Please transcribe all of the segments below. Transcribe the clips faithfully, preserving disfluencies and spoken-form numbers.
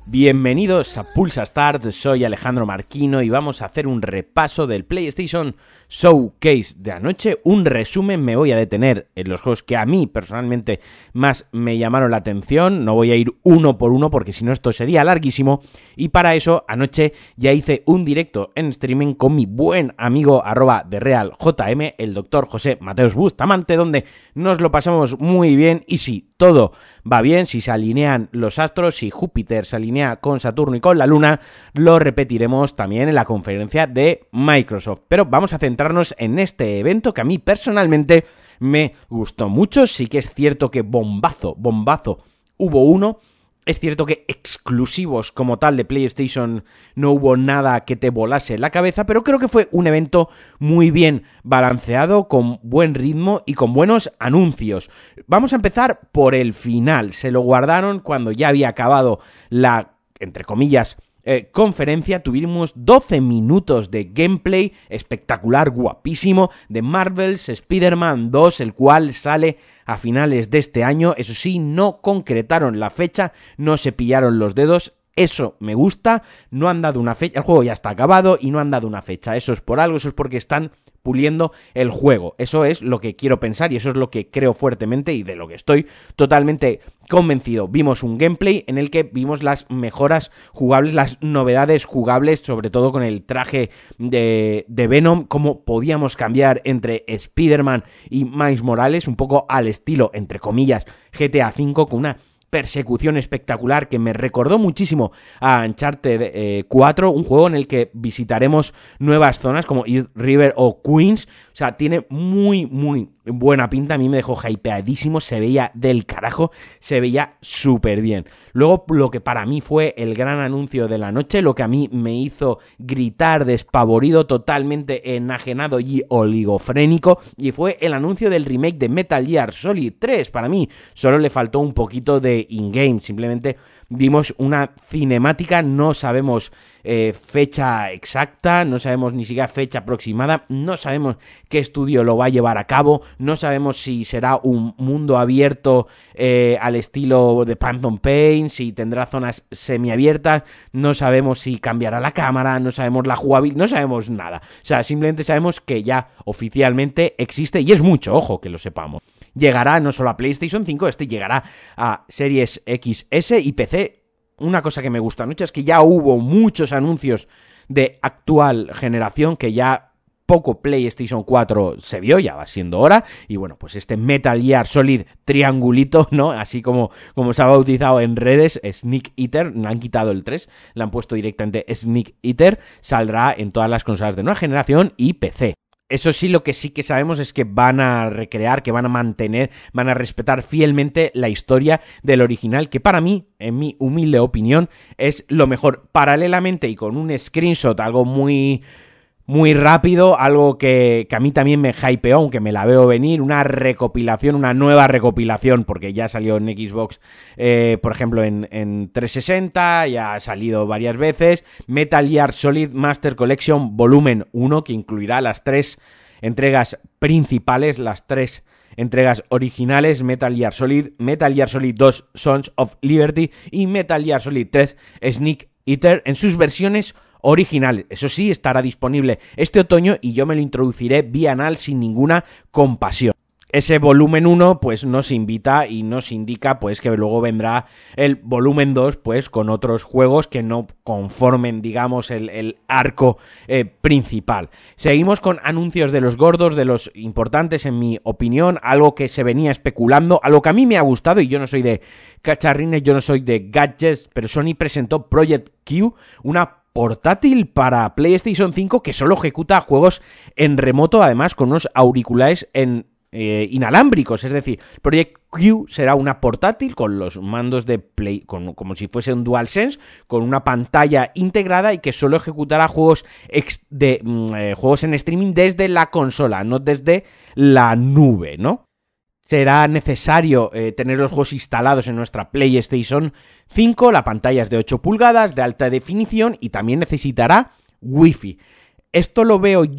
Bienvenidos a Pulsa Start, soy Alejandro Marquino y vamos a hacer un repaso del PlayStation Showcase de anoche, un resumen. Me voy a detener en los juegos que a mí personalmente más me llamaron la atención, no voy a ir uno por uno porque si no esto sería larguísimo, y para eso anoche ya hice un directo en streaming con mi buen amigo arroba de Real J M, el doctor José Mateus Bustamante, donde nos lo pasamos muy bien y si todo va bien, si se alinean los astros, si Júpiter se alinea con Saturno y con la Luna, lo repetiremos también en la conferencia de Microsoft. Pero vamos a centrarnos en este evento que a mí personalmente me gustó mucho. Sí que es cierto que bombazo, bombazo hubo uno. Es cierto que exclusivos como tal de PlayStation no hubo nada que te volase la cabeza, pero creo que fue un evento muy bien balanceado, con buen ritmo y con buenos anuncios. Vamos a empezar por el final. Se lo guardaron cuando ya había acabado la, entre comillas, Eh, conferencia. Tuvimos doce minutos de gameplay espectacular, guapísimo, de Marvel's Spider-Man dos, el cual sale a finales de este año. Eso sí, no concretaron la fecha, no se pillaron los dedos. Eso me gusta, no han dado una fecha, el juego ya está acabado y no han dado una fecha. Eso es por algo, eso es porque están puliendo el juego. Eso es lo que quiero pensar y eso es lo que creo fuertemente y de lo que estoy totalmente convencido. Vimos un gameplay en el que vimos las mejoras jugables, las novedades jugables, sobre todo con el traje de, de Venom, cómo podíamos cambiar entre Spider-Man y Miles Morales, un poco al estilo, entre comillas, G T A cinco, con una persecución espectacular que me recordó muchísimo a Uncharted eh, cuatro, un juego en el que visitaremos nuevas zonas como East River o Queens. O sea, tiene muy, muy buena pinta. A mí me dejó hypeadísimo, se veía del carajo, se veía súper bien. Luego, lo que para mí fue el gran anuncio de la noche, lo que a mí me hizo gritar despavorido, totalmente enajenado y oligofrénico, y fue el anuncio del remake de Metal Gear Solid tres. Para mí solo le faltó un poquito de in-game, simplemente vimos una cinemática, no sabemos eh, fecha exacta, no sabemos ni siquiera fecha aproximada, no sabemos qué estudio lo va a llevar a cabo, no sabemos si será un mundo abierto eh, al estilo de Phantom Pain, si tendrá zonas semiabiertas, no sabemos si cambiará la cámara, no sabemos la jugabilidad, no sabemos nada. O sea, simplemente sabemos que ya oficialmente existe y es mucho, ojo, que lo sepamos. Llegará no solo a PlayStation cinco, este llegará a Series X S y P C. Una cosa que me gusta mucho es que ya hubo muchos anuncios de actual generación, que ya poco PlayStation cuatro se vio, ya va siendo hora. Y bueno, pues este Metal Gear Solid triangulito, ¿no? Así como, como se ha bautizado en redes, Sneak Eater, no han quitado el tres, le han puesto directamente Sneak Eater, saldrá en todas las consolas de nueva generación y P C. Eso sí, lo que sí que sabemos es que van a recrear, que van a mantener, van a respetar fielmente la historia del original, que para mí, en mi humilde opinión, es lo mejor. Paralelamente y con un screenshot, algo muy, muy rápido, algo que, que a mí también me hypeó, aunque me la veo venir, una recopilación, una nueva recopilación, porque ya salió en Xbox, eh, por ejemplo, en, en trescientos sesenta, ya ha salido varias veces, Metal Gear Solid Master Collection Volumen uno, que incluirá las tres entregas principales, las tres entregas originales, Metal Gear Solid, Metal Gear Solid dos Sons of Liberty y Metal Gear Solid tres Sneak Eater en sus versiones original. Eso sí, estará disponible este otoño y yo me lo introduciré bienal sin ninguna compasión. Ese volumen uno pues nos invita y nos indica pues que luego vendrá el volumen dos pues con otros juegos que no conformen, digamos, el, el arco eh, principal. Seguimos con anuncios de los gordos, de los importantes en mi opinión, algo que se venía especulando, algo que a mí me ha gustado y yo no soy de cacharrines, yo no soy de gadgets, pero Sony presentó Project Q, una portátil para PlayStation cinco que solo ejecuta juegos en remoto, además con unos auriculares en Eh, inalámbricos, es decir, Project Q será una portátil con los mandos de Play, con, como si fuese un DualSense, con una pantalla integrada y que solo ejecutará juegos ex, de eh, juegos en streaming desde la consola, no desde la nube, ¿no? Será necesario eh, tener los juegos instalados en nuestra PlayStation cinco, la pantalla es de ocho pulgadas, de alta definición y también necesitará Wi-Fi. Esto lo veo yo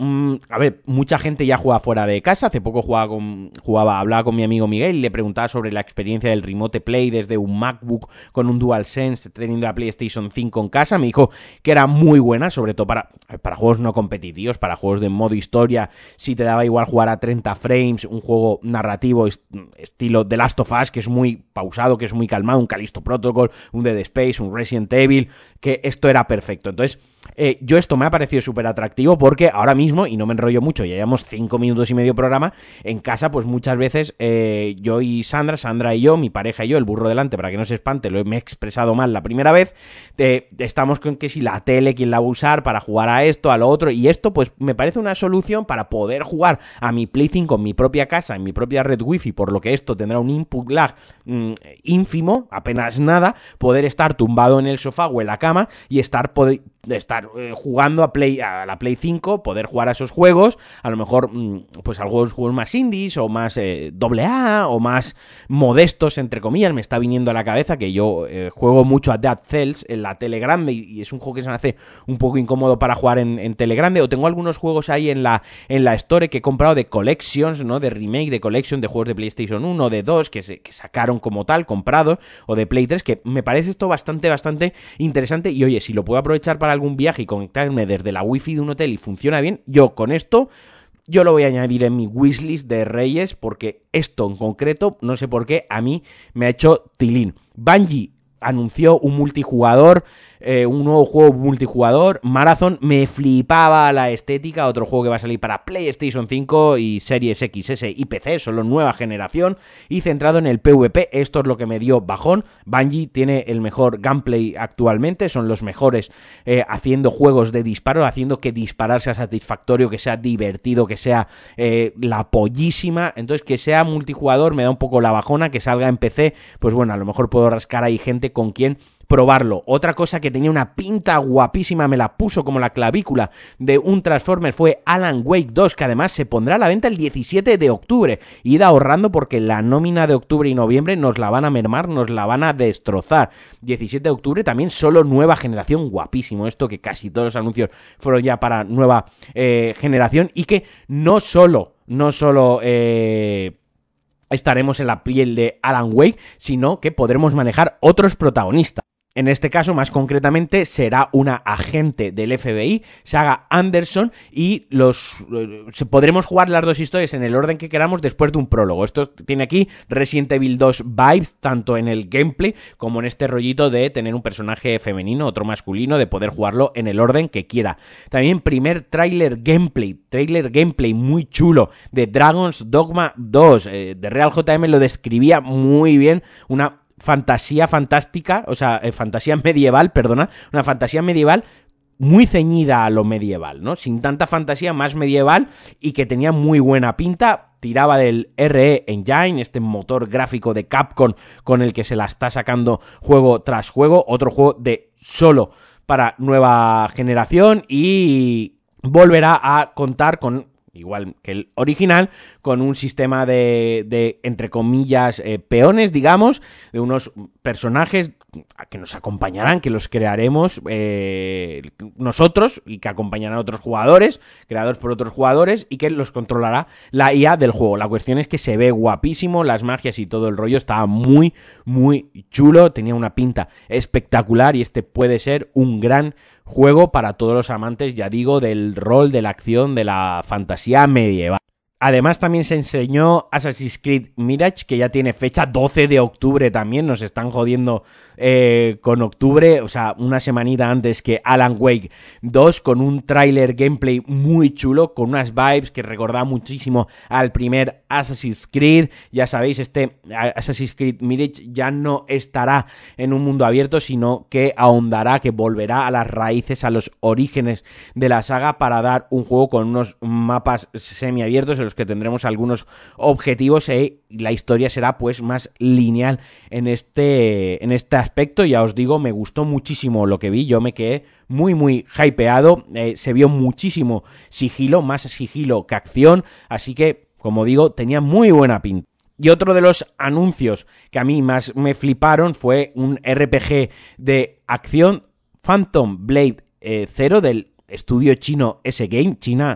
mmm, a ver, mucha gente ya juega fuera de casa. Hace poco jugaba, con, jugaba, hablaba con mi amigo Miguel y le preguntaba sobre la experiencia del Remote Play desde un MacBook con un DualSense teniendo la PlayStation cinco en casa. Me dijo que era muy buena, sobre todo para, para juegos no competitivos, para juegos de modo historia. Si te daba igual jugar a treinta frames, un juego narrativo estilo The Last of Us, que es muy pausado, que es muy calmado, un Callisto Protocol, un Dead Space, un Resident Evil, que esto era perfecto. Entonces, Eh, yo esto me ha parecido súper atractivo porque ahora mismo, y no me enrollo mucho, ya llevamos cinco minutos y medio programa, en casa pues muchas veces eh, yo y Sandra, Sandra y yo, mi pareja y yo, el burro delante para que no se espante, lo he, me he expresado mal la primera vez, eh, estamos con que si la tele, quién la va a usar para jugar a esto, a lo otro, y esto pues me parece una solución para poder jugar a mi Play cinco en mi propia casa, en mi propia red wifi, por lo que esto tendrá un input lag mmm, ínfimo, apenas nada, poder estar tumbado en el sofá o en la cama y estar poder de estar eh, jugando a Play a la Play cinco, poder jugar a esos juegos, a lo mejor mmm, pues a algunos juegos más indies o más eh, doble A o más modestos, entre comillas. Me está viniendo a la cabeza que yo eh, juego mucho a Dead Cells en la tele grande y, y es un juego que se me hace un poco incómodo para jugar en, en tele grande, o tengo algunos juegos ahí en la, en la Store que he comprado de Collections, ¿no? De remake, de Collection, de juegos de PlayStation uno, de dos, que, se, que sacaron como tal, comprados, o de Play tres, que me parece esto bastante, bastante interesante. Y oye, si lo puedo aprovechar para algún viaje y conectarme desde la wifi de un hotel y funciona bien, yo con esto, yo lo voy a añadir en mi wishlist de Reyes, porque esto en concreto, no sé por qué, a mí me ha hecho tilín. Bungie anunció un multijugador, eh, un nuevo juego multijugador, Marathon, me flipaba la estética, otro juego que va a salir para PlayStation cinco y Series X S y P C, solo nueva generación, y centrado en el PvP. Esto es lo que me dio bajón. Bungie tiene el mejor gameplay actualmente, son los mejores eh, haciendo juegos de disparo, haciendo que disparar sea satisfactorio, que sea divertido, que sea eh, la pollísima. Entonces, que sea multijugador me da un poco la bajona, que salga en P C, pues bueno, a lo mejor puedo rascar ahí gente con quien probarlo. Otra cosa que tenía una pinta guapísima, me la puso como la clavícula de un Transformer, fue Alan Wake dos, que además se pondrá a la venta el diecisiete de octubre. Id ahorrando porque la nómina de octubre y noviembre nos la van a mermar, nos la van a destrozar. diecisiete de octubre también solo nueva generación, guapísimo esto, que casi todos los anuncios fueron ya para nueva eh, generación, y que no solo, no solo... Eh, estaremos en la piel de Alan Wake, sino que podremos manejar otros protagonistas. En este caso, más concretamente, será una agente del F B I, Saga Anderson, y los eh, podremos jugar las dos historias en el orden que queramos después de un prólogo. Esto tiene aquí Resident Evil dos vibes, tanto en el gameplay como en este rollito de tener un personaje femenino, otro masculino, de poder jugarlo en el orden que quiera. También primer tráiler gameplay, tráiler gameplay muy chulo de Dragon's Dogma dos. Eh, de Real J M lo describía muy bien, una fantasía fantástica, o sea, eh, fantasía medieval, perdona, una fantasía medieval muy ceñida a lo medieval, ¿no? Sin tanta fantasía, más medieval, y que tenía muy buena pinta. Tiraba del R E Engine, este motor gráfico de Capcom con el que se la está sacando juego tras juego, otro juego de solo para nueva generación, y volverá a contar con, igual que el original, con un sistema de, de entre comillas, eh, peones, digamos, de unos personajes que nos acompañarán, que los crearemos eh, nosotros y que acompañarán a otros jugadores, creados por otros jugadores, y que los controlará la I A del juego. La cuestión es que se ve guapísimo, las magias y todo el rollo estaba muy, muy chulo, tenía una pinta espectacular, y este puede ser un gran juego para todos los amantes, ya digo, del rol, de la acción, de la fantasía medieval. Además también se enseñó Assassin's Creed Mirage, que ya tiene fecha doce de octubre también, nos están jodiendo eh, con octubre, o sea, una semanita antes que Alan Wake dos, con un tráiler gameplay muy chulo, con unas vibes que recordaba muchísimo al primer Assassin's Creed. Ya sabéis, este Assassin's Creed Mirage ya no estará en un mundo abierto, sino que ahondará, que volverá a las raíces, a los orígenes de la saga, para dar un juego con unos mapas semiabiertos en los que tendremos algunos objetivos, y la historia será pues más lineal en este, en este aspecto. Ya os digo, me gustó muchísimo lo que vi, yo me quedé muy muy hypeado, eh, se vio muchísimo sigilo, más sigilo que acción, así que, como digo, tenía muy buena pinta. Y otro de los anuncios que a mí más me fliparon fue un R P G de acción, Phantom Blade eh, Zero, del estudio chino S-Game, China.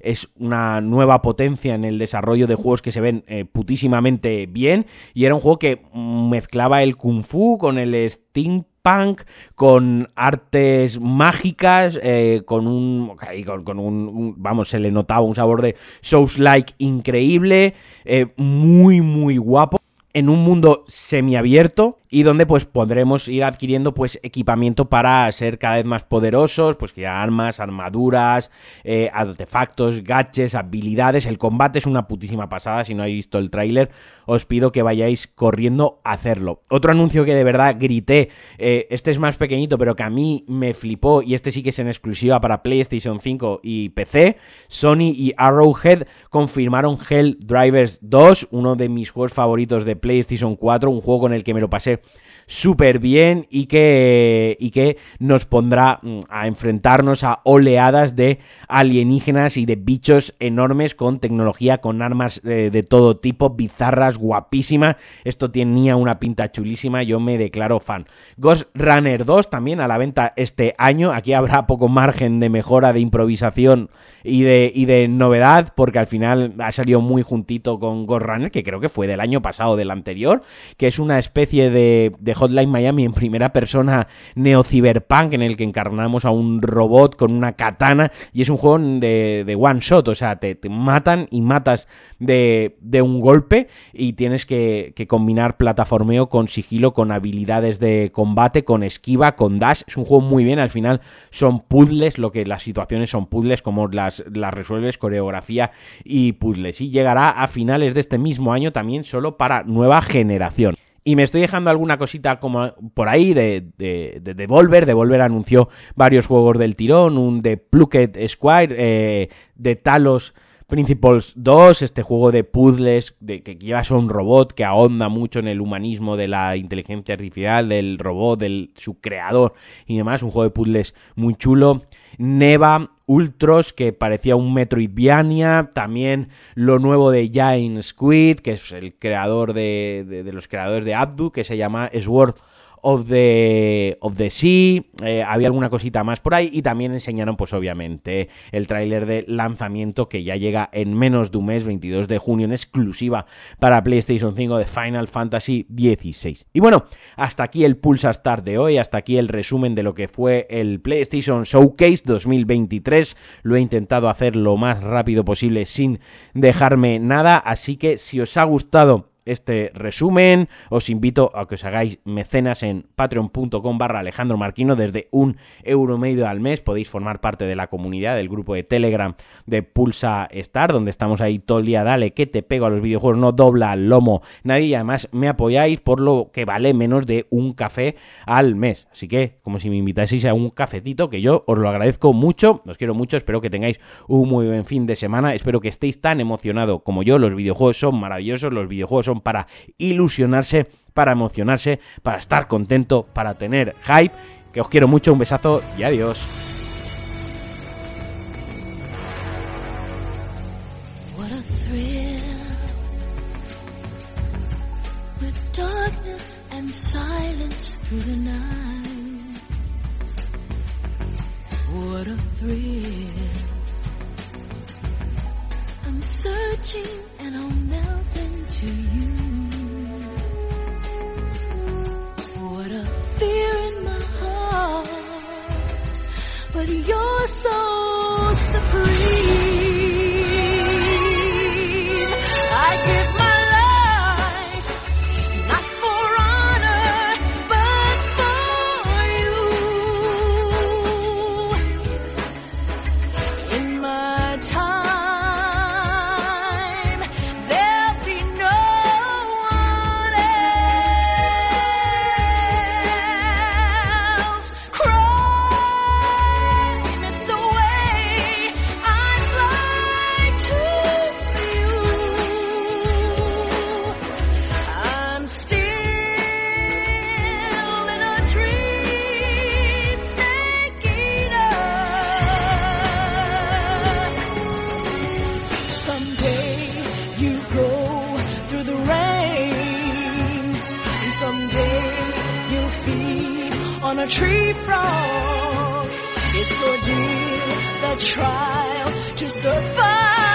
es una nueva potencia en el desarrollo de juegos que se ven eh, putísimamente bien, y era un juego que mezclaba el Kung Fu con el steampunk, con artes mágicas, eh, con un, con, con un, un, vamos, se le notaba un sabor de Souls-like increíble, eh, muy muy guapo, en un mundo semiabierto y donde pues podremos ir adquiriendo pues equipamiento para ser cada vez más poderosos, pues que armas, armaduras, eh, artefactos, gadgets, habilidades. El combate es una putísima pasada. Si no habéis visto el tráiler, os pido que vayáis corriendo a hacerlo. Otro anuncio que de verdad grité, eh, este es más pequeñito pero que a mí me flipó, y este sí que es en exclusiva para PlayStation cinco y P C. Sony y Arrowhead confirmaron Helldivers dos, uno de mis juegos favoritos de PlayStation cuatro, un juego con el que me lo pasé súper bien y que, y que nos pondrá a enfrentarnos a oleadas de alienígenas y de bichos enormes con tecnología, con armas eh, de todo tipo, bizarras, guapísimas. Esto tenía una pinta chulísima, yo me declaro fan. Ghost Runner dos también a la venta este año. Aquí habrá poco margen de mejora, de improvisación y de, y de novedad, porque al final ha salido muy juntito con Ghost Runner, que creo que fue del año pasado o del anterior, que es una especie de, de Hotline Miami en primera persona neo-cyberpunk, en el que encarnamos a un robot con una katana, y es un juego de, de one shot, o sea, te, te matan y matas de, de un golpe, y tienes que, que combinar plataformeo con sigilo, con habilidades de combate, con esquiva, con dash. Es un juego muy bien, al final son puzzles, lo que las situaciones son puzzles, como las, las resuelves, coreografía y puzzles, y llegará a finales de este mismo año también solo para nueva generación. Y me estoy dejando alguna cosita como por ahí de, de, de Devolver. Devolver anunció varios juegos del tirón, un de Plucked Squire, eh, de Talos Principles dos, este juego de puzzles de que llevas a un robot que ahonda mucho en el humanismo de la inteligencia artificial, del robot, del su creador y demás, un juego de puzzles muy chulo. Neva Ultros, que parecía un Metroidvania. También lo nuevo de Giant Squid, que es el creador de, de, de los creadores de Abdu, que se llama Sword of the, of the Sea. Eh, había alguna cosita más por ahí, y también enseñaron pues obviamente el tráiler de lanzamiento que ya llega en menos de un mes, veintidós de junio, en exclusiva para PlayStation cinco, de Final Fantasy dieciséis. Y bueno, hasta aquí el Pulsa Start de hoy, hasta aquí el resumen de lo que fue el PlayStation Showcase dos mil veintitrés. Lo he intentado hacer lo más rápido posible sin dejarme nada, así que si os ha gustado este resumen, os invito a que os hagáis mecenas en patreon.com barra Alejandro Marquino. Desde un euro medio al mes podéis formar parte de la comunidad del grupo de Telegram de Pulsa Star, donde estamos ahí todo el día, dale que te pego a los videojuegos, no dobla el lomo nadie, y además me apoyáis por lo que vale menos de un café al mes, así que como si me invitaseis a un cafecito, que yo os lo agradezco mucho, os quiero mucho, espero que tengáis un muy buen fin de semana, espero que estéis tan emocionados como yo. Los videojuegos son maravillosos, los videojuegos son para ilusionarse, para emocionarse, para estar contento, para tener hype. Que os quiero mucho, un besazo y adiós. What a thrill, with darkness and silence through the night. What a thrill, I'm searching and I'll melt into you. What a fear in my heart, but you're so supreme. I give my life, not for honor, but for you. In my time, a tree frog. It's ordeal, the trial. smile to survive.